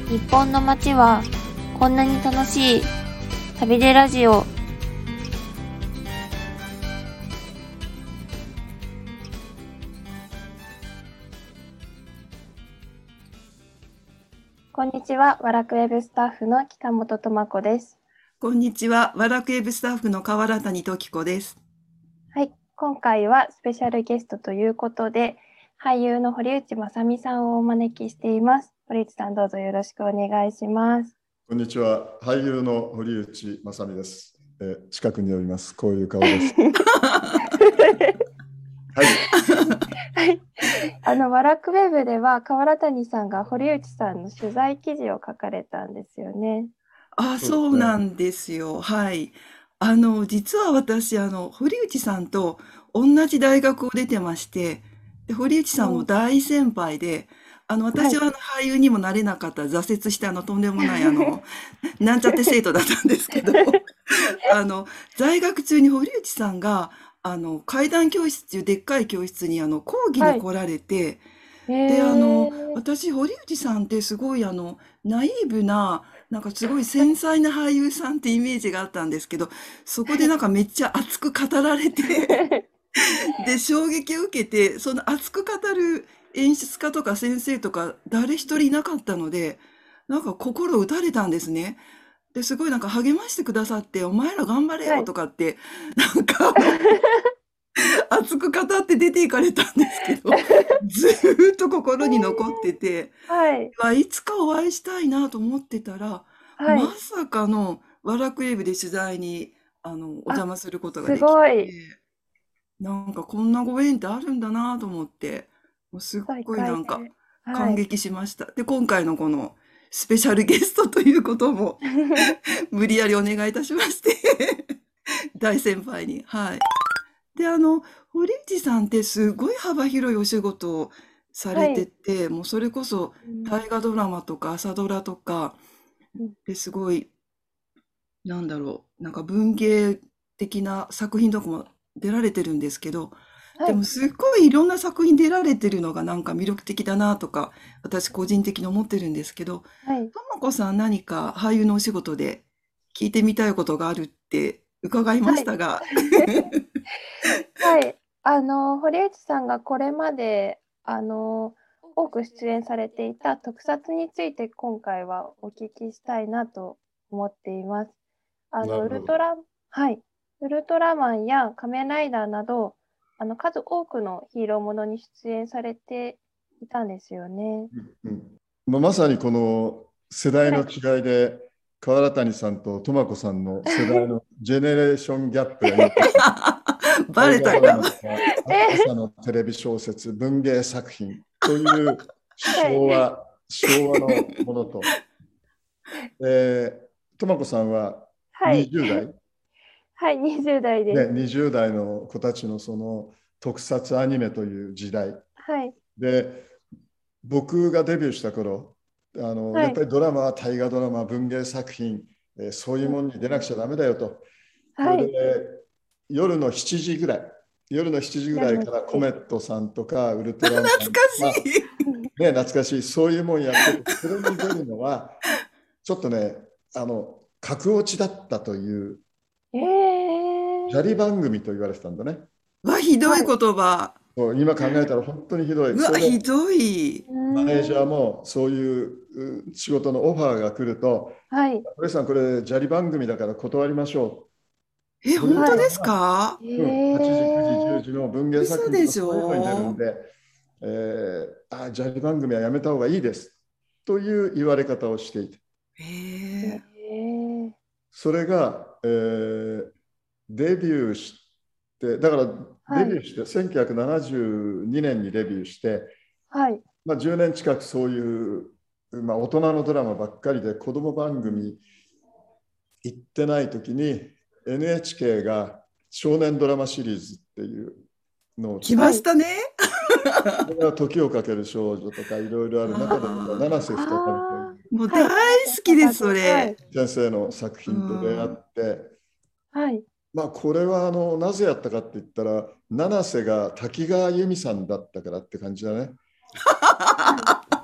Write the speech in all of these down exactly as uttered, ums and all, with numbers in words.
日本の街はこんなに楽しい。旅でラジオ。こんにちは、ワラクウェブスタッフの北本智子です。 こんにちは、ワラクウェブスタッフの河原谷時子です。 はい、今回はスペシャルゲストということで、俳優の堀内正美さんをお招きしています。堀内さん、どうぞよろしくお願いします。 こんにちは、俳優の堀内正美です。えー、近くにおります。こういう顔です。 はい。はい。あの、ワラクウェブでは、河原谷さんが堀内さんの取材記事を書かれたんですよね。 あ、そうなんですよ。はい。あの、実は私、あの、堀内さんと同じ大学を出てまして、で堀内さんも大先輩で、あの、私はあの俳優にもなれなかった、挫折して、あの、とんでもない、あの、なんちゃって生徒だったんですけど、あの、在学中に堀内さんが、あの、階段教室っていうでっかい教室に、あの、講義に来られて、で、あの、私、堀内さんってすごい、あの、ナイーブな、なんかすごい繊細な俳優さんってイメージがあったんですけど、そこでなんかめっちゃ熱く語られて、で、衝撃を受けて、その熱く語る演出家とか先生とか誰一人いなかったので、なんか心打たれたんですね。で、すごいなんか励ましてくださって、お前ら頑張れよとかって、なんかあの、熱く語って出ていかれたんですけど、ずーっと心に残ってて、 はい。 まあいつかお会いしたいなと思ってたら、 はい。 まさかのワラクウェブで取材にあのお邪魔することがすできて、 ごい。 なんかこんなご縁ってあるんだなと思って、もうすっごいなんか感激しました。で、今回のこのスペシャルゲストということも無理やりお願いいたしまして大先輩に。はい。で、あの、堀内さんってすごい幅広いお仕事をされてて、はい、もうそれこそ大河ドラマとか朝ドラとか、ですごい、なんだろう、なんか文芸的な作品とかも出られてるんですけど、はい、でもすっごいいろんな作品出られてるのがなんか魅力的だなとか、私個人的に思ってるんですけど、はい、ともこさん何か俳優のお仕事で聞いてみたいことがあるって伺いましたが。 はい、はい、あの、堀内さんがこれまで、あの、多く出演されていた特撮について今回はお聞きしたいなと思っています。あの、ウルトラ、はい、ウルトラマンや仮面ライダーなど、あの、数多くのヒーローものに出演されていたんですよね。 うんうん、まさにこの世代の違いで、はい、河原谷さんと苫子さんの世代のジェネレーションギャップがよくバレたか。 朝のテレビ小説、文芸作品という昭和、はい、昭和のものと、えー、苫子さんはにじゅう代、 はい、はい、にじゅう代です、 ね。にじゅう代の子たちのその特撮アニメという時代。 はい、で、 僕がデビューした頃、あの、はい、やっぱりドラマは大河ドラマ、文芸作品、えー、そういうものに出なくちゃダメだよと。はい、それで夜のしちじぐらい、夜のしちじぐらいからコメットさんとかウルトラマン、 懐かしい、 ね、懐かしい、そういうもんやってて、それに出るのは、ちょっとね、あの、格落ちだったという、えー、砂利番組と言われてたんだね。 わ、ひどい言葉。 はい、今考えたら本当にひどい。 うわ、ひどい。 マネージャーもそういう仕事のオファーが来ると、はい、堀さん、これ、砂利番組だから断りましょう。 え、本当ですか？ うん、はちじ、くじ、じゅうじの文芸作品とかそういうのに出るんで、えー、あ、砂利番組はやめた方がいいですという言われ方をしていて。へー。それが、えー、デビューして、だからデビューして、はい、せんきゅうひゃくななじゅうにねんにデビューして、はい、まあ、じゅうねん近くそういう、まあ、大人のドラマばっかりで子供番組行ってない時に エヌエイチケー が少年ドラマシリーズっていうのを来ましたね。 それは時をかける少女とかいろいろある中で七瀬再びというもう大好きです、それ。 先生の作品と出会って、はい、まあこれはあのなぜやったかって言ったら七瀬が滝川由美さんだったからって感じだね。あ、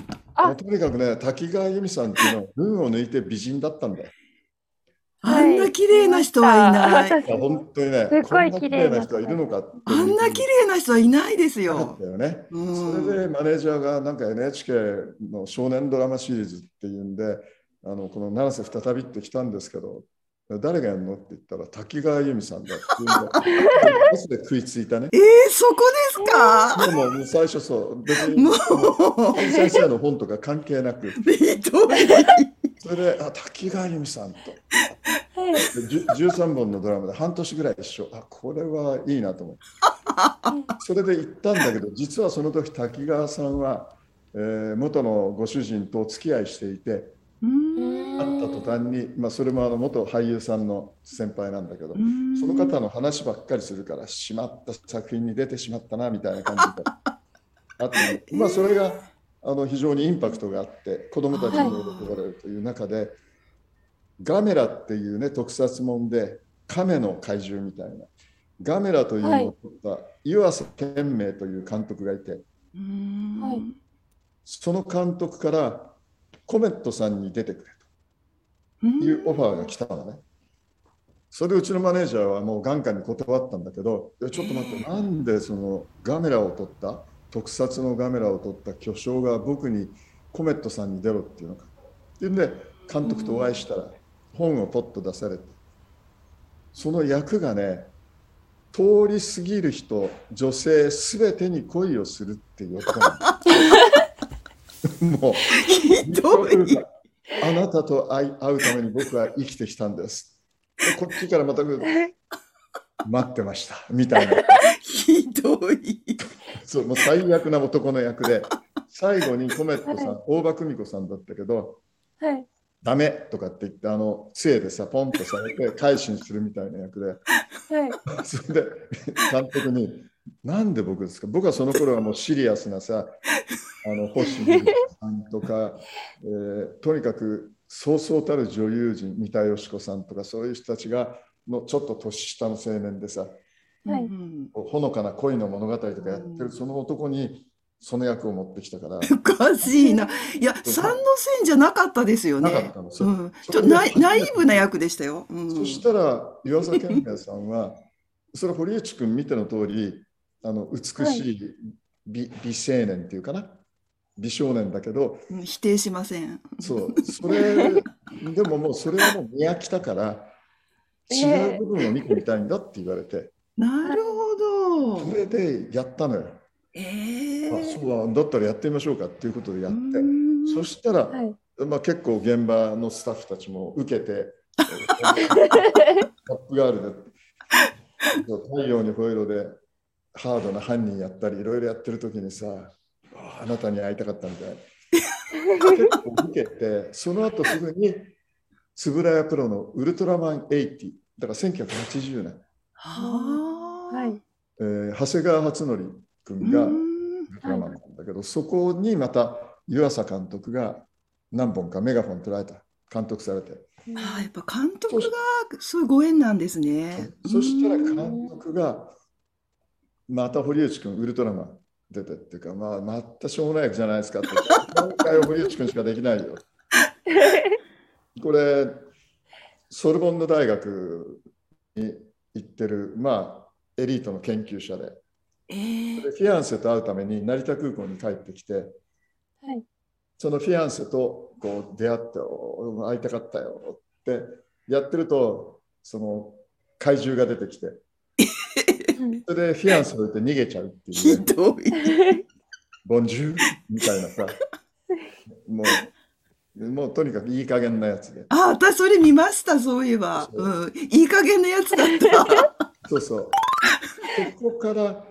もうとにかくね、滝川由美さんっていうのは群を抜いて美人だったんだよ。 あんな綺麗な人はいない。 いや本当にね、 すっこんな綺ごい綺麗な麗な人はいるのかって。 あんな綺麗な人はいないですなかよっ。たよね。 うそれでん。 マネージャーがなんか エヌエイチケー の少年ドラマシリーズっていうんで、あのこの七瀬再びって来たんですけど、誰がやるのって言ったら滝川由美さんだって言うんで、バスで食いついたね。 えー、そこですか？ でももう最初そう、別にもう、 先生の本とか関係なく、 ひどい。 それで、あ、滝川由美さんと。 はいでじゅじゅうさんぼんのドラマで半年ぐらい一緒。あ、これはいいなと思って。それで行ったんだけど、実はその時滝川さんは、えー元のご主人とお付き合いしていて、 うーん。 会った途端に、まあ、それもあの元俳優さんの先輩なんだけど、 うーん。 その方の話ばっかりするから、しまった作品に出てしまったなみたいな感じであって、まあ、それがあの非常にインパクトがあって、子どもたちに喜ばれるという中で、ガメラっていうね、特撮もんで、亀の怪獣みたいな、ガメラというのを撮った湯浅健明という監督がいて、 うーん。 はいその監督からコメットさんに出てくれうーん。 というオファーが来たのね。それうちのマネージャーはもう眼下に断ったんだけど、いやちょっと待って、なんでそのガメラを撮った、特撮のガメラを撮った巨匠が僕にコメットさんに出ろっていうのか。っていうんで、監督とお会いしたら、本をポッと出されて、その役がね、通り過ぎる人、女性すべてに恋をするっていう男なんですもう、 ひどい。 あなたと会い会うために僕は生きてきたんです。でこっちからまた待ってましたみたいな。 ひどい。 そう、もう最悪な男の役で、最後にコメットさん、大場久美子さんだったけど、 はいダメとかって言って、あの杖でさ、ポンとされて改心するみたいな役で、 はいそれで監督に、なんで僕ですか、僕はその頃はもうシリアスなさ、あの星野さんとか、えーとにかくそうそうたる女優陣、三田佳子さんとか、そういう人たちがのちょっと年下の青年でさ、 はいうんほのかな恋の物語とかやってるその男にその役を持ってきたから、 おかしいな。いや、三の線じゃなかったですよなかっね。 たの。 うそん。ちそれでょっとナイ、ナイーブな役でしたよ。うん。 そしたら岩佐健明さんは、それ堀内君見ての通り、あの美しい美、美青年っていうかな、美少年だけど、 うん否定しません。 そう、それ、でももうそれはもう見飽きたから、違う部分を見てみたいんだって言われて、 なるほど。 それでやったのよ。 えあ、 え。 そうだ、だったらやってみましょうかっていうことでやうって、 ーん。 そしたら、 はいまあ、結構現場のスタッフたちも受けて、タップガールで、太陽にほえろでハードな犯人やったり、いろいろやってる時にさ、ああなたに会いたかったみたいな。結構受けて、その後すぐに、円谷プロのウルトラマンはちじゅう、だからせんきゅうひゃくはちじゅうねん、 はあ。 はいえー長谷川初則君がウルトラマンなんだけど、そこにまた湯浅監督が何本かメガホン捉えた、監督されて、 ああ、やっぱ監督がそういうご縁なんですね。 そしたらうん監督が、また堀内君、ウルトラマン出てっていうか、まあ、またしょうもない役じゃないですかって、今回は堀内君しかできないよ。これ、ソルボンヌ大学に行ってる、まあ、エリートの研究者で、 ええ。 でフィアンセと会うために成田空港に帰ってきて、 はいそのフィアンセとこう出会って、お会いたかったよってやってると、その怪獣が出てきて、それでフィアンセを置いて逃げちゃうっていうひね、 どい。 ボンジュールみたいなさ、もう、もうとにかくいい加減なやつで。 あ、私それ見ました、そういえば。 そううん。いい加減なやつだった。 そうそう。そこから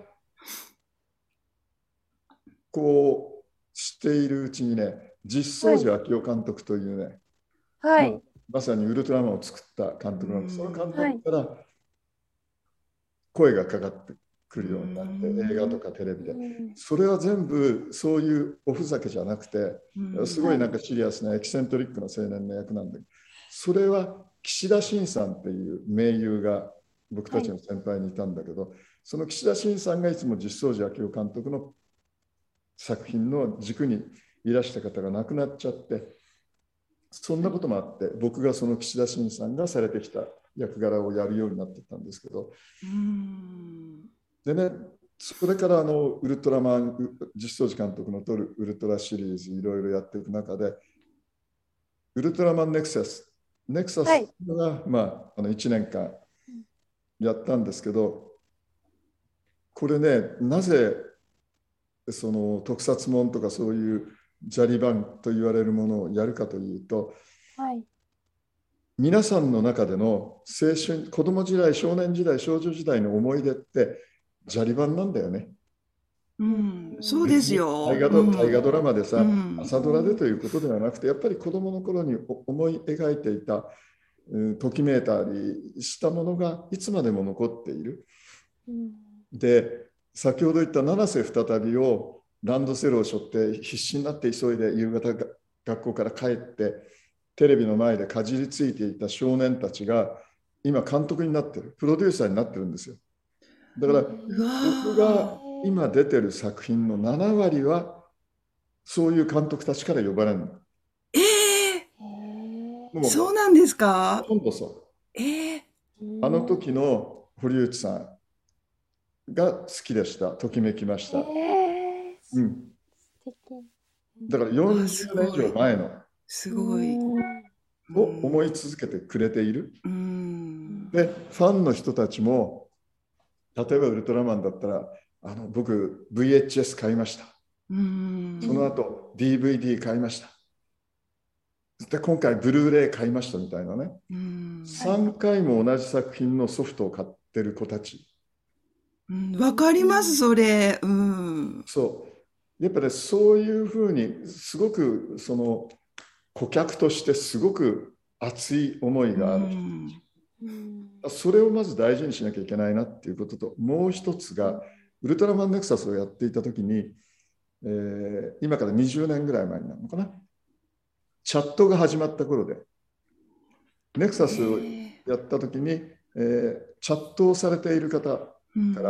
こうしているうちにね、実相寺昭夫監督というね、 はいまあまさにウルトラマンを作った監督なんです。その監督から声がかかってくるようになって、映画とかテレビで。それは全部そういうおふざけじゃなくて、すごいなんかシリアスなエキセントリックな青年の役なんだけど、それは岸田真さんっていう名優が僕たちの先輩にいたんだけど、その岸田真さんがいつも実相寺昭夫監督の作品の軸にいらした方が亡くなっちゃって、そんなこともあって、僕がその岸田新さんがされてきた役柄をやるようになってたんですけど、 うーんでね、それからあのウルトラマン、実相寺監督の撮るウルトラシリーズいろいろやっていく中で、ウルトラマンネクサス、ネクサスが、はい、まあ、あのいちねんかんやったんですけど、これね、なぜその特撮もんとかそういうジャリバンと言われるものをやるかというと、 はい、 皆さんの中での青春、子供時代、少年時代、少女時代の思い出ってジャリバンなんだよね。 うん、そうですよ。 大河ド、大河ドラマでさ、 うん、 朝ドラでということではなくて、やっぱり子供の頃に思い描いていた、うん、ときめいたりしたものがいつまでも残っている。うん、で、先ほど言った七瀬再びをランドセルを背負って必死になって急いで夕方学校から帰ってテレビの前でかじりついていた少年たちが今監督になってる、プロデューサーになってるんですよ。だから僕が今出てる作品のななわりはそういう監督たちから呼ばれるの。 えー、もうそうなんですか？ ほとんどそう。 えー、 あの時の堀内さんが好きでした。ときめきました。えー、うん。だからよんじゅうねん以上前のすごいを思い続けてくれている。うん、で、ファンの人たちも、例えばウルトラマンだったら、あの僕 ブイエイチエス 買いました。うん、その後 ディーブイディー 買いました。で、今回ブルーレイ買いましたみたいなね。うん、さんかいも同じ作品のソフトを買ってる子たち。 わ、うん、かります、それ。うん、 そう。やっぱり、ね、そういうふうに、すごくその顧客としてすごく熱い思いがある人たち。うん、それをまず大事にしなきゃいけないなっていうことと、もう一つが、ウルトラマンネクサスをやっていたときに、えー、今からにじゅうねんぐらい前になるのかな。チャットが始まった頃で、ネクサスをやったときに、えー、チャットをされている方から、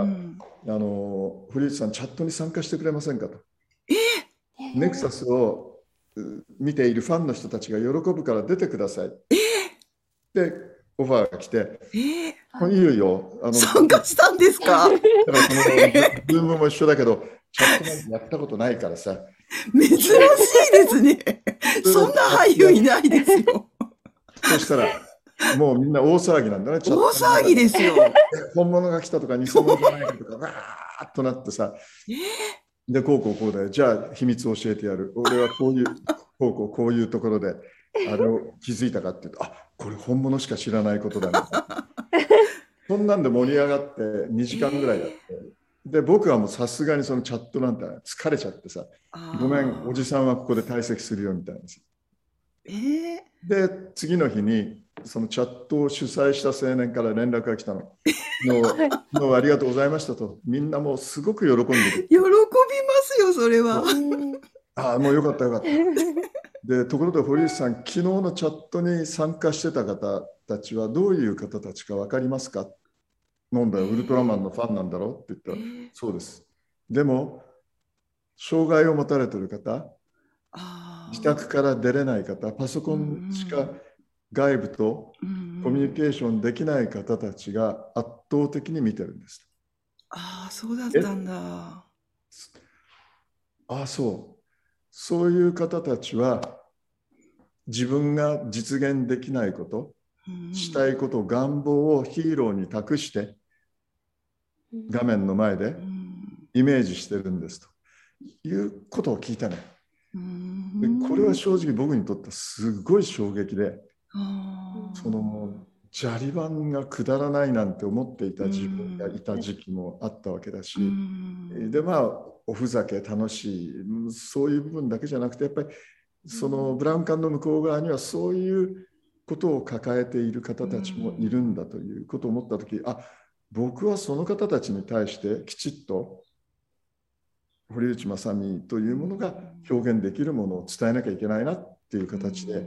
うんうん、あの堀内さん、チャットに参加してくれませんかと。 えー、ネクサスを見ているファンの人たちが喜ぶから出てください。 えー、で、オファーが来て、 えー、 もういいよいいよ。あの参加したんですか？だからそのズームも一緒だけど、チャットなんてやったことないからさ。 珍しいですね。そんな俳優いないですよ。 そしたら、もうみんな大騒ぎなんだね。 大騒ぎですよ。 本物が来たとか、偽物じゃないかとか、わーっとなってさ。で、こうこうこうだよ。じゃあ、秘密を教えてやる。俺はこういう、こうこうこういうところで、あれを気づいたかっていうと、あ、これ本物しか知らないことだね。そんなんで盛り上がってにじかんぐらいやって。で、僕はもうさすがにそのチャットなんて疲れちゃってさ、ごめん、おじさんはここで退席するよみたいな。 えー、 で、次の日にそのチャットを主催した青年から連絡が来たの。ののありがとうございましたと。みんなもうすごく喜んでる。 喜びますよ、それは。 ああ、もうよかったよかった。で、ところで堀内さん、昨日のチャットに参加してた方たちはどういう方たちか分かりますか？なんだよ、ウルトラマンのファンなんだろうって言ったら、えー、そうです。でも、障害を持たれている方、自宅から出れない方、パソコンしか外部とコミュニケーションできない方たちが圧倒的に見てるんです。 ああ、そうだったんだ。ああ、そう。そういう方たちは、自分が実現できないこと、したいこと、願望をヒーローに託して、画面の前でイメージしてるんですということを聞いたね。でこれは正直僕にとってはすごい衝撃で、そのジャリバンがくだらないなんて思っていた自分がいた時期もあったわけだし、でまあおふざけ楽しいそういう部分だけじゃなくて、やっぱりそのブラウン管の向こう側にはそういうことを抱えている方たちもいるんだということを思った時、あ、僕はその方たちに対してきちっと堀内正美というものが表現できるものを伝えなきゃいけないなっていう形で、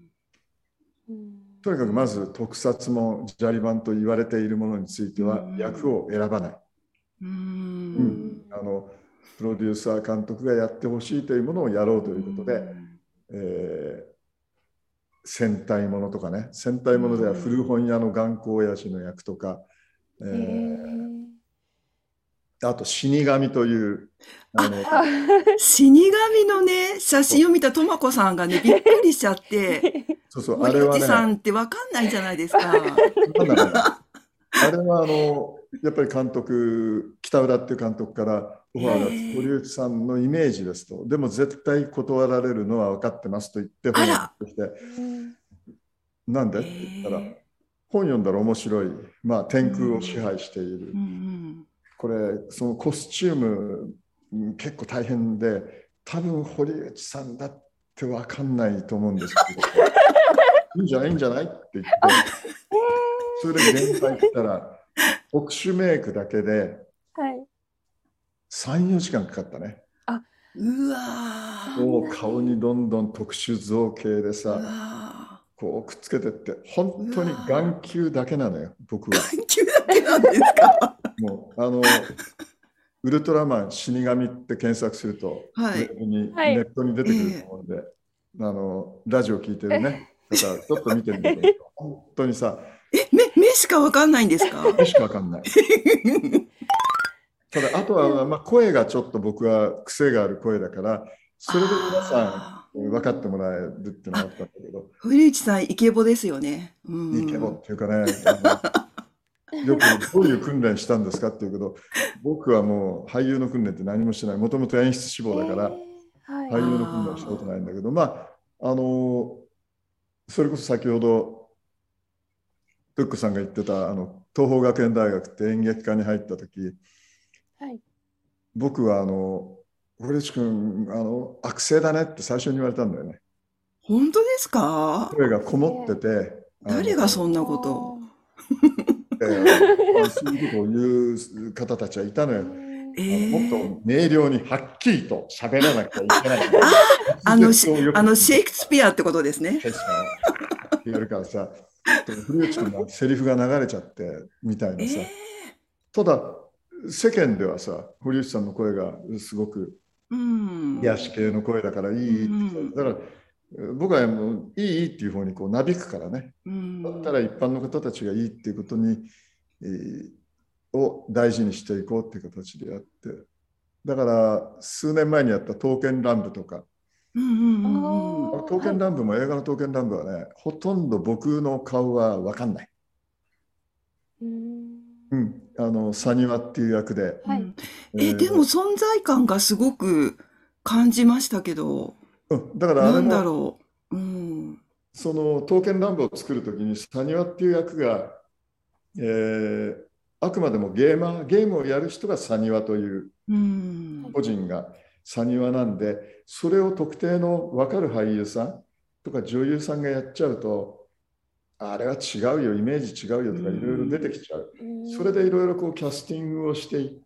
とにかくまず特撮もジャリバンと言われているものについては役を選ばない。うん、あのプロデューサー、監督がやってほしいというものをやろうということで、えー戦隊ものとかね、戦隊ものでは古本屋の頑固親父の役とか、えー、あと死神という、 あの死神のね、写真を見たとまこさんがね、びっくりしちゃって、そうそう、あれはね、堀内さんってわかんないじゃないですか。あれはあの、やっぱり監督、北浦っていう監督からオファーが堀内さんのイメージですと、でも絶対断られるのは分かってますと言って本を持ってきて、なんでって言ったら、本読んだら面白い、まあ天空を支配している。うんうん、これ、そのコスチューム結構大変で、多分堀内さんだって分かんないと思うんですけど、いいんじゃないいいんじゃないって言って、それで現場行ったら、特殊メイクだけでさん、よじかんかかったね。 あ、うわー。顔にどんどん特殊造形でさ、こうくっつけてって、本当に眼球だけなのよ、僕は。 眼球だけなんですか？ もう、あの、ウルトラマン死神って検索すると、はい、にネットに出てくると思うので、えー、あの、ラジオ聞いてるね、だからちょっと見てみてください。本当にさ、 え、目、目しかわかんないんですか？ 目しかわかんない。ただ、あとは、まあ、声がちょっと僕は癖がある声だから、それで皆さん分かってもらえるっていうのがあったんだけど。 堀内さん、イケボですよね。 うん、イケボっていうかね、よくどういう訓練したんですかっていうけど、僕はもう俳優の訓練って何もしてない。もともと演出志望だから、えーはい、俳優の訓練したことないんだけど、まあ、あの、それこそ先ほど、ブックさんが言ってた、あの、東邦学園大学って演劇科に入った時、はい、僕はあの堀内君あの悪性だねって最初に言われたんだよね。 本当ですか？ 声がこもってて、 誰がそんなことを、 えー、そういうことを言う方たちはいたのよ。えー、もっと明瞭にはっきりと喋らなきゃいけない。 ああのあのシェイクスピアってことですね。 シェイクスピアってやるからさ、堀内君のセリフが流れちゃってみたいなさ、えー、ただ世間ではさ、堀内さんの声がすごく癒し系の声だからいいって言って、だから僕はもういいいいっていう方にこうなびくからね、だったら一般の方たちがいいっていうことに、えー、を大事にしていこうっていう形でやって、だから数年前にやった刀剣乱舞とか、刀剣乱舞も映画の刀剣乱舞はね、ほとんど僕の顔は分かんない。うん、あのサニワっていう役で、 はい、えー、でも存在感がすごく感じましたけど、 うん、だからあれもなんだろう、うん、 その刀剣乱舞を作るときにサニワっていう役が、えー、あくまでもゲーマーゲームをやる人がサニワという個人がサニワなんで、それを特定の分かる俳優さんとか女優さんがやっちゃうと、あれは違うよ、イメージ違うよとかいろいろ出てきちゃう。それでいろいろこうキャスティングをしていって、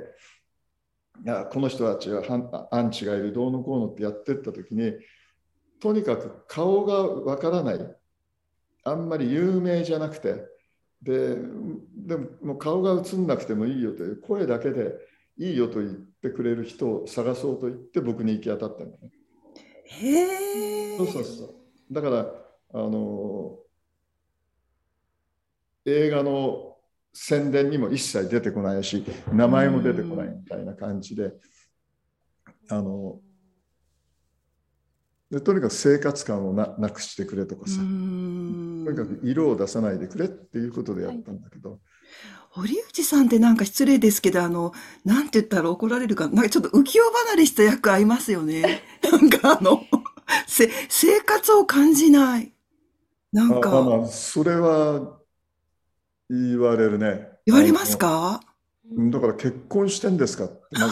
いやこの人たちはアンチがいる、どうのこうのってやっていったときに、とにかく顔がわからない、あんまり有名じゃなくて、で、でももう顔が映んなくてもいいよという、声だけでいいよと言ってくれる人を探そうと言って僕に行き当たったんだね。 へえ。 そうそうそう。だから、あの、映画の宣伝にも一切出てこないし、名前も出てこないみたいな感じで、あのでとにかく生活感を な, なくしてくれとかさ、とにかく色を出さないでくれっていうことでやったんだけど、はい、 堀内さんってなんか失礼ですけど、あのなんて言ったら怒られるか、なんかちょっと浮世離れした役合いますよね。なんかあのせ生活を感じない。なんかあ、まあ、それは言われるね。 言われますか？ だから結婚してんですかってまず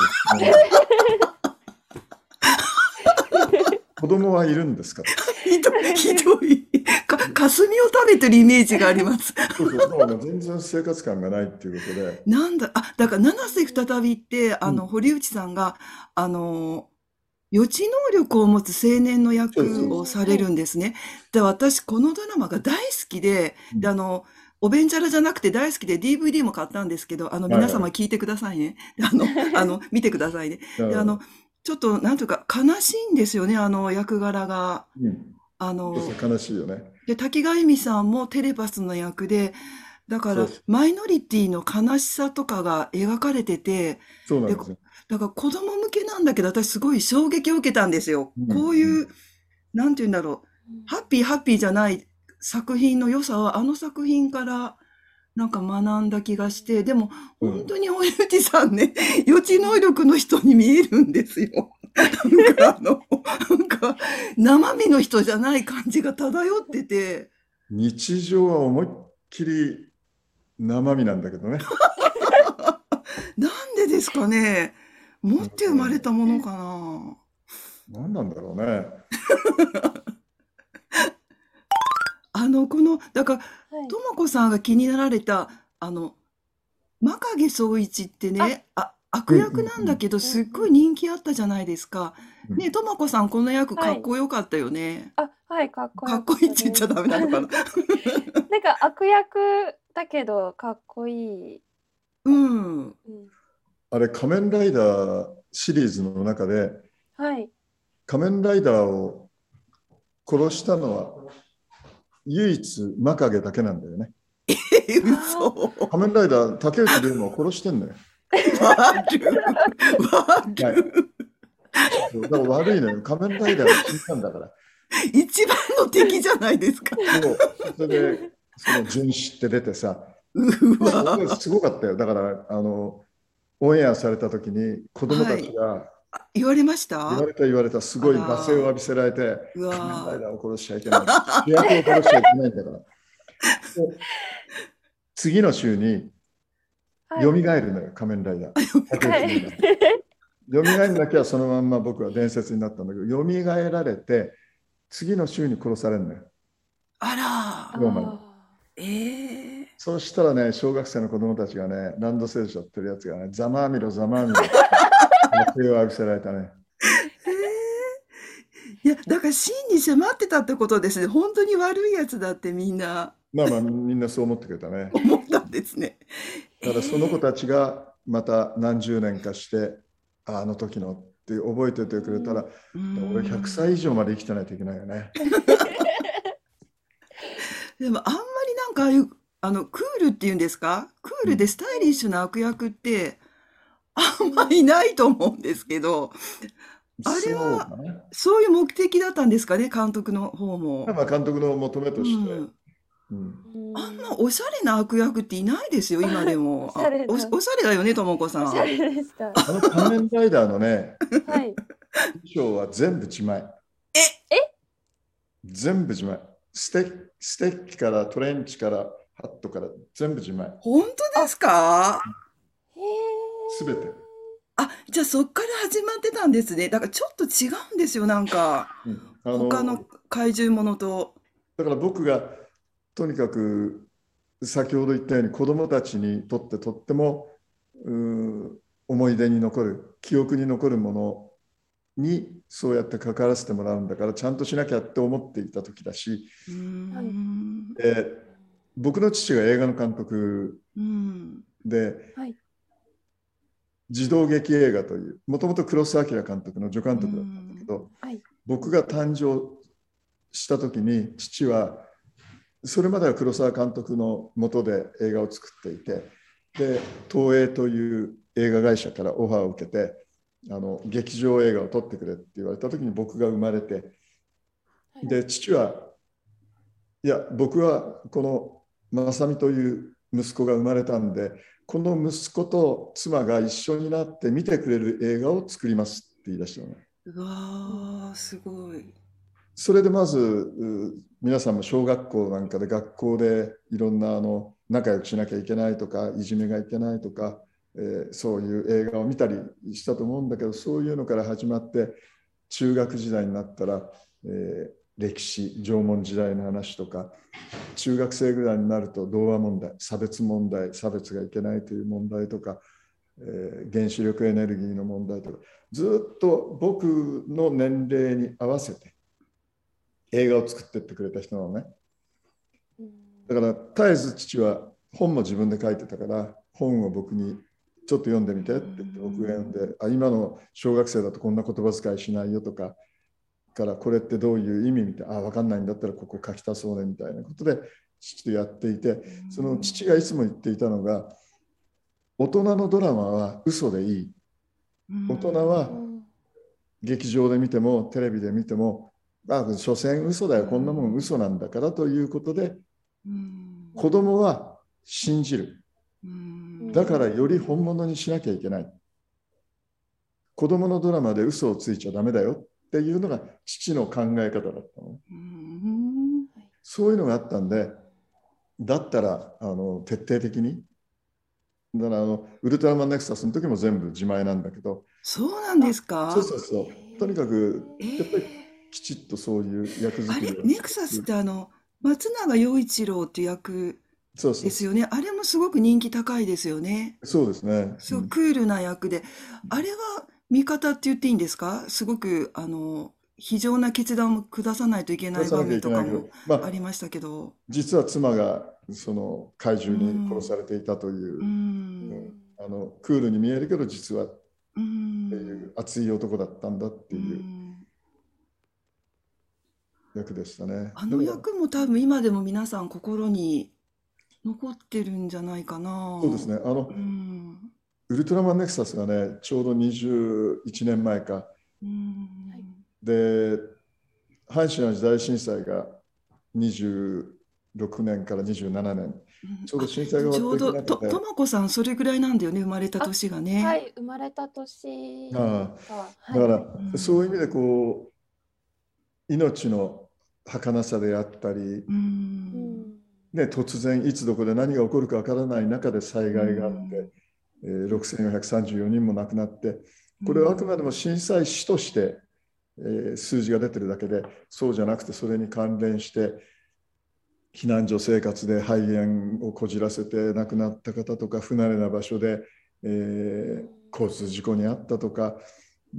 子供はいるんですか？ ひどい、ひどい。か、霞を食べてるイメージがあります。 そうそう、だから全然生活感がないっていうことで。 なんだ、あ、だから七瀬再びって、あの、うん、堀内さんが、あの、予知能力を持つ青年の役をされるんですね。で、私、このドラマが大好きで、うん、で、あの、 おべんちゃらじゃなくて大好きで ディーブイディー も買ったんですけど、あの、 はいはい。 皆様聞いてくださいね。であの、あの、見てくださいね。で、あの、 うん。 ちょっと、なんというか、悲しいんですよね、あの、役柄が。 うんあそうですね、 の、 悲しいよね。 で、滝川由美さんもテレパスの役で、だから、 そうです。 マイノリティの悲しさとかが描かれてて、で、こそうなんですよ。 だから子供向けなんだけど、私すごい衝撃を受けたんですよ。 うんうん。 こういう、なんて言うんだろう、ハッピーハッピーじゃない作品の良さは、あの作品からなんか学んだ気がして、でも、本うん。 当に堀内さんね、予知能力の人に見えるんですよ。なんかあの、なんか、生身の人じゃない感じが漂ってて、 日常は思いっきり生身なんだけどね。 なんでですかね。持うって生まれたん、 ものかな。 何なんだろうね。 あの、この、だから、 はい。 ともこさんが気になられた、あの、真影総一ってあ、 ね、あ、 うんう悪役んうんなんだけど、 うんうん。 すっごい人気あったじゃないですか。ね、 うん。 ともこさん、この役かっはい。 こよかったよね。 あ、はい、かっこかよかっっこいいって言っちゃたです。 ダメなのかな。 なんか悪役だけどかっこいい。 うん。 うん。 あれ、仮面ライダーシリーズの中で、 はい。 仮面ライダーを殺したのは唯一真影だけなんだよね。 え、 あ嘘。 仮面ライダー、竹内涼真を殺してんのよ。 悪。 はい。 悪。 そうだから悪いのよ。仮面ライダーが死んだんだから。 一番の敵じゃないですか。 そう。それで、その殉死って出てさ、 うそれわ。 すごかったよ。だから、あの、オンエアされた時に子供たちはい。 があ、言われました？ 言われた言われた、すあごい罵声をら、 浴びせられて、 う仮面ライわ。 ダーを殺しちゃいけない。主役を殺しちゃいけないんだから。で次の週に蘇はい。 るのよ、仮面ライダー。竹はい。 内涼真。蘇んなきゃそのまんま僕は伝説になったんだけど、蘇られて、次の週に殺されるのよ、 ああローマに。 あ。 ら、ええ。 そうしたらね、小学生の子供たちがね、ランドセル背負ってるやつがね、ざまあみろ、ざまあみろって罵声を浴びせられたね。 ええ。いや、だから真に迫ってたってことですね。本当に悪いやつだってみんなまあまあ、みんなそう思ってくれたね。 思ったんですね。えだからその子え。 たちがまた何十年かして、ああの時のって覚えててくれたら、 うん。 うー俺ひゃくさい以ん。 上まで生きてないといけないよね。 でもあんまりなんかああいう、あの、クールっていうんですか？クーうん、 ルでスタイリッシュな悪役ってあうんまいん。 ないと思うんですけど、あれはそうかな。 そういう目的だったんですかね、監督の方も。 まあ監督の求めうとして、 ん。 うん、 うあんん。 まおしゃれな悪役っていないですよ、今でおも。 しゃあ、おしれな、 おしゃれだよね、ともこおしゃさん。 れでした。 あの仮面ライダーのね、 はい。 衣装は全部自前。 え、 え、 全部自前。ステッステッキからトレンチからハットから全部自前。 本当であ、 すか？ へえ。 すべて。 あ、じゃあそっから始まってたんですね。だからちょっと違うんですよ、なんか。 うん、あの、 他の怪獣ものと。 だから僕がとにかく先ほど言ったように子どもたちにとってとってもう思い出に残る記憶に残るものにそうやって関わらせてもらうんだからちゃんとしなきゃって思っていた時だし、 うーはい。 ん。 えー僕の父が映画の監督うん。 ではい。 児童劇映画というもともと黒澤明監督の助監う督だったんだけん。 ど、 はい。 僕が誕生した時に父はそれまでは黒澤監督の下で映画を作っていて、で東映という映画会社からオファーを受けてあの劇場映画を撮ってくれって言われた時に僕が生まれて、 はい。 で父はいや僕はこの正美という息子が生まれたんでこの息子と妻が一緒になって見てくれる映画を作りますって言い出したのね。 うわー、すごい。 それでまず皆さんも小学校なんかで学校でいろんなあの仲良くしなきゃいけないとかいじめがいけないとか、えーそういう映画を見たりしたと思うんだけどそういうのから始まって中学時代になったら、えー歴史縄文時代の話とか中学生ぐらいになると童話問題差別問題差別がいけないという問題とか、えー原子力エネルギーの問題とかずっと僕の年齢に合わせて映画を作ってってくれた人なのね。 うん。 だから絶えず父は本も自分で書いてたから、本を僕にちょっと読んでみてって言って僕が読んで、あ、今の小学生だとこんな言葉遣いしないよとか、からこれってどういう意味みたいな、あ、分かんないんだったらここ書き足そうねみたいなことで父とやっていて、その父がいつも言っていたのが、大人のドラマは嘘でいい。大人は劇場で見てもテレビで見ても、あ、所詮嘘だよ、こんなもん嘘なんだからということで、子供は信じる。だからより本物にしなきゃいけない。子供のドラマで嘘をついちゃダメだよっていうのが父の考え方だったの。そういうのがあったんで、だったらあの徹底的に、だからあのウルトラマンネクサスの時も全部自前なんだけど。 そうなんですか？ そうそうそう。とにかくやっぱりきちっとそういう役作りを。 あれ、ネクサスってあの松永洋一郎っていう役ですよね。あれもすごく人気高いですよね。 そうですね。 すごくクールな役で、あれは味方って言っていいんですか？すごくあの非常な決断を下さないといけない場面とかもありましたけど、 実は妻がその怪獣に殺されていたという、うん、あのクールに見えるけど実はっていう熱い男だったんだっていう役でしたね。 あの役も多分今でも皆さん心に残ってるんじゃないかな。 そうですね。あの、うん、ウルトラマンネクサスがね、ちょうどにじゅういちねんまえか。うん、で、阪神・淡路大震災がにじゅうろくねんからにじゅうななねん、ちょうど震災が終わっていく中で、 ちょうどともこさんそれぐらいなんだよね、生まれた年がね。 はい、生まれた年が。 ああ、だから、はい、そういう意味でこう命の儚さであったり、うん、ね、突然いつどこで何が起こるかわからない中で災害があって、うん、えー、ろくせんよんひゃくさんじゅうよにんも亡くなって、これはあくまでも震災死として、えー、数字が出てるだけで、そうじゃなくてそれに関連して避難所生活で肺炎をこじらせて亡くなった方とか、不慣れな場所で、えー、交通事故に遭ったとか、うん、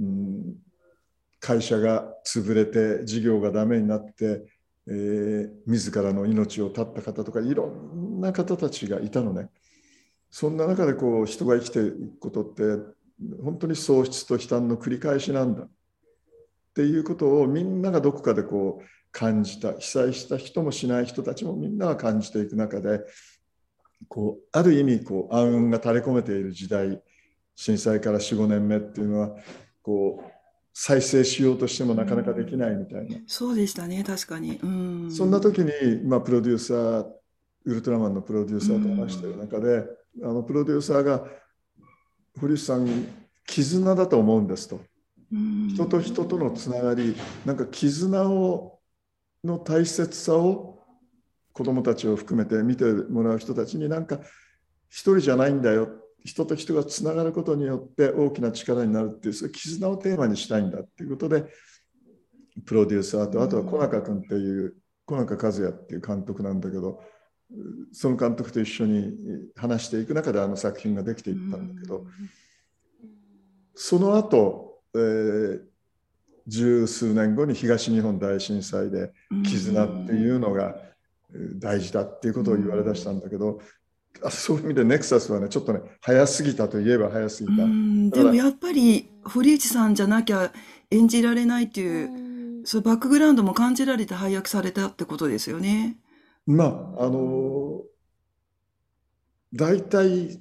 会社が潰れて事業がダメになって、えー、自らの命を絶った方とか、いろんな方たちがいたのね。そんな中でこう人が生きていくことって本当に喪失と悲嘆の繰り返しなんだっていうことをみんながどこかでこう感じた。被災した人もしない人たちもみんなが感じていく中で、こうある意味こう暗雲が垂れ込めている時代、震災からよん、ごねんめっていうのはこう再生しようとしてもなかなかできないみたいな。 そうでしたね、確かに。うん、 そんな時に、まあ、プロデューサー、ウルトラマンのプロデューサーと話している中で、あのプロデューサーが堀内さん、絆だと思うんですと。人と人とのつながり、なんか絆をの大切さを子どもたちを含めて見てもらう人たちに、なんか一人じゃないんだよ、人と人がつながることによって大きな力になるっていう、そういう絆をテーマにしたいんだっていうことで、プロデューサーと、あとは小中君っていう小中和也っていう監督なんだけど、その監督と一緒に話していく中であの作品ができていったんだけど、その後、えー、十数年後に東日本大震災で絆っていうのが大事だっていうことを言われだしたんだけど、そういう意味でネクサスはね、ちょっとね、早すぎたといえば早すぎた。 でもやっぱり堀内さんじゃなきゃ演じられないっていう、そういうバックグラウンドも感じられて配役されたってことですよね。 まあ、あの大体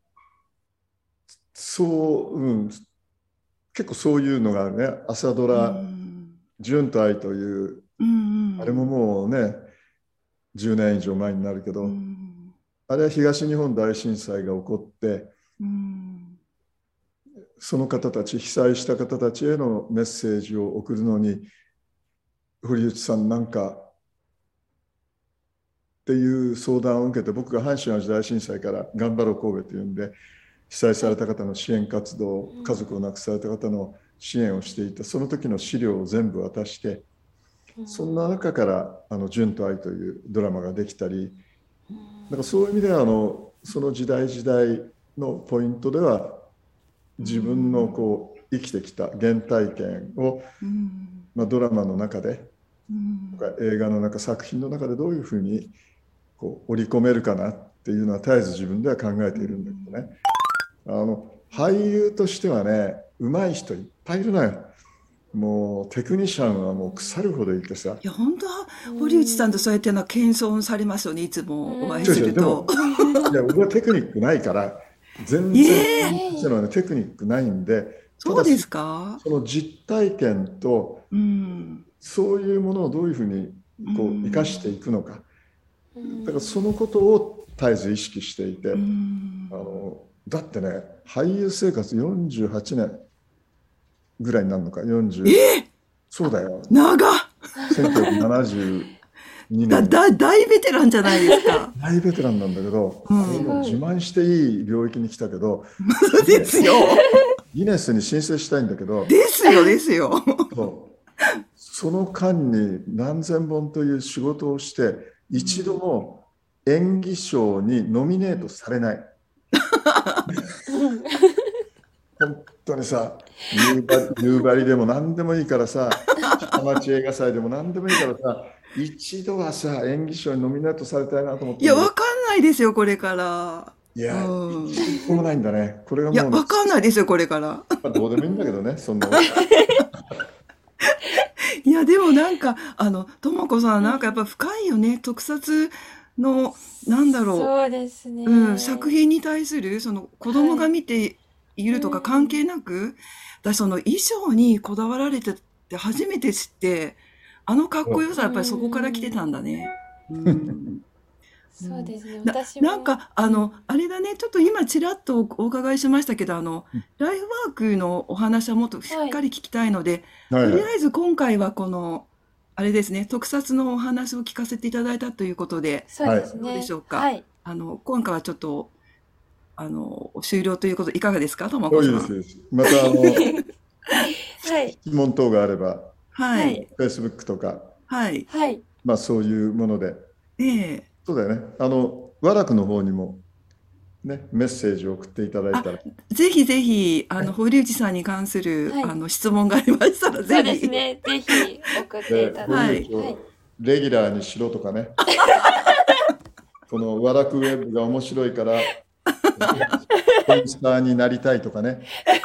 そう、うん、結構そういうのがね、朝ドラ「純と愛」という、うんうん、あれももうねじゅうねん以上前になるけど、うん、あれは東日本大震災が起こって、うん、その方たち、被災した方たちへのメッセージを送るのに、堀内さんなんかっていう相談を受けて、僕が阪神・淡路大震災から「頑張ろう神戸」というんで、被災された方の支援活動、家族を亡くされた方の支援をしていた、その時の資料を全部渡して、そんな中から「あの純と愛」というドラマができたり、なんかそういう意味ではあのその時代時代のポイントでは、自分のこう生きてきた原体験を、まあ、ドラマの中でとか映画の中、作品の中でどういうふうにこう織り込めるかなっていうのは絶えず自分では考えているんだけどね。あの俳優としてはね、上手い人いっぱいいるのよ。もうテクニシャンはもう腐るほどいてさ。 いや、本当は堀内さんとそうやってのは謙遜されますよね、いつもお会いすると。 いや、僕はテクニックないから、全然、そのね、テクニックないんで、 そうですか？ その実体験と、うん、そういうものをどういうふうにこう生かしていくのか。だからそのことを絶えず意識していて、あのだってね、俳優生活よんじゅうはちねんぐらいになるのか、よんじゅう。 えー、 そうだよ。 長っ。 せんきゅうひゃくななじゅうにねん。 だだ大ベテランじゃないですか。 大ベテランなんだけど、うん、自慢していい領域に来たけど、 そうですよ。 ギネスに申請したいんだけど。 ですよですよ。 そう、その間に何千本という仕事をして、一度も演技賞にノミネートされない。本当にさ、夕張でも何でもいいからさ、下町映画祭でも何でもいいからさ、一度はさ、演技賞にノミネートされたいなと思って。 いや、わかんないですよ、これから。 いや、うん、一個もないんだね。これがもう、 いや、わかんないですよ、これから。 まあ、どうでもいいんだけどね、そんな。 いや、でもなんか、あの、ともこさん、なんかやっぱ深いよね、特撮の、なんだろう。 そうですね。 うん、作品に対する、その、子供が見ているとか関係なく、はい、だその衣装にこだわられてって初めて知って、あのかっこよさ、やっぱりそこから来てたんだね。うん、 そうですね。 な、 私もなんか、あの、あれだね、ちょっと今ちらっとお伺いしましたけど、あの、ライフワークのお話はもっとしっかり聞きたいので、 はい、 とりあえず今回はこの、あれですね、特撮のお話を聞かせていただいたということで、 そうですね。 どうでしょうか。 はい。 あの、今回はちょっと、あの、終了ということ、いかがですか、ともこさん。 そうです。また、あの、 はい。 質問等があれば、 はい。 Facebook とか、 はい。 はい。 まあそういうもので。 ええ。 そうだよね。あの、和楽の方にも、ね、メッセージを送っていただいたら。 ぜひぜひ、あの、堀内さんに関する、 はい、 あの、質問がありましたら、ぜひ。 そうですね。ぜひ送っていただいて。はい、 レギュラーにしろとかね。この和楽ウェブが面白いから、スポンサーになりたいとかね。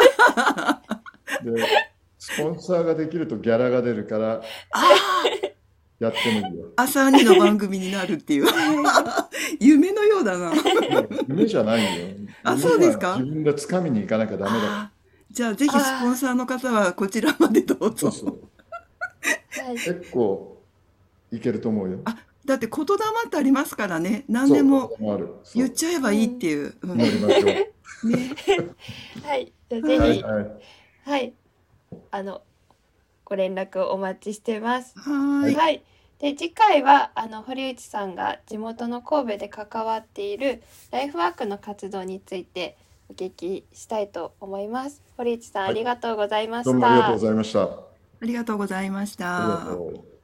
で、スポンサーができるとギャラが出るから、やってもいいよ。 朝にの番組になるっていう。夢のようだな。 夢じゃないよ。 あ、そうですか。 自分で掴みに行かなきゃダメだ。 じゃあ、ぜひスポンサーの方はこちらまでどうぞ。そうそう。 結構いけると思うよ。 あ、だって言霊ってありますからね。何でも言っちゃえばいいっていう。 うん、やりましょう。ね。 はい。じゃあぜひ、はい、はい、はい。あの、ご連絡お待ちしてます。 はい。 はい。で、次回は、あの、堀内さんが地元の神戸で関わっているライフワークの活動についてお聞きしたいと思います。堀内さん、はい、ありがとうございました。 どうもありがとうございました。 ありがとうございました。 ありがとう。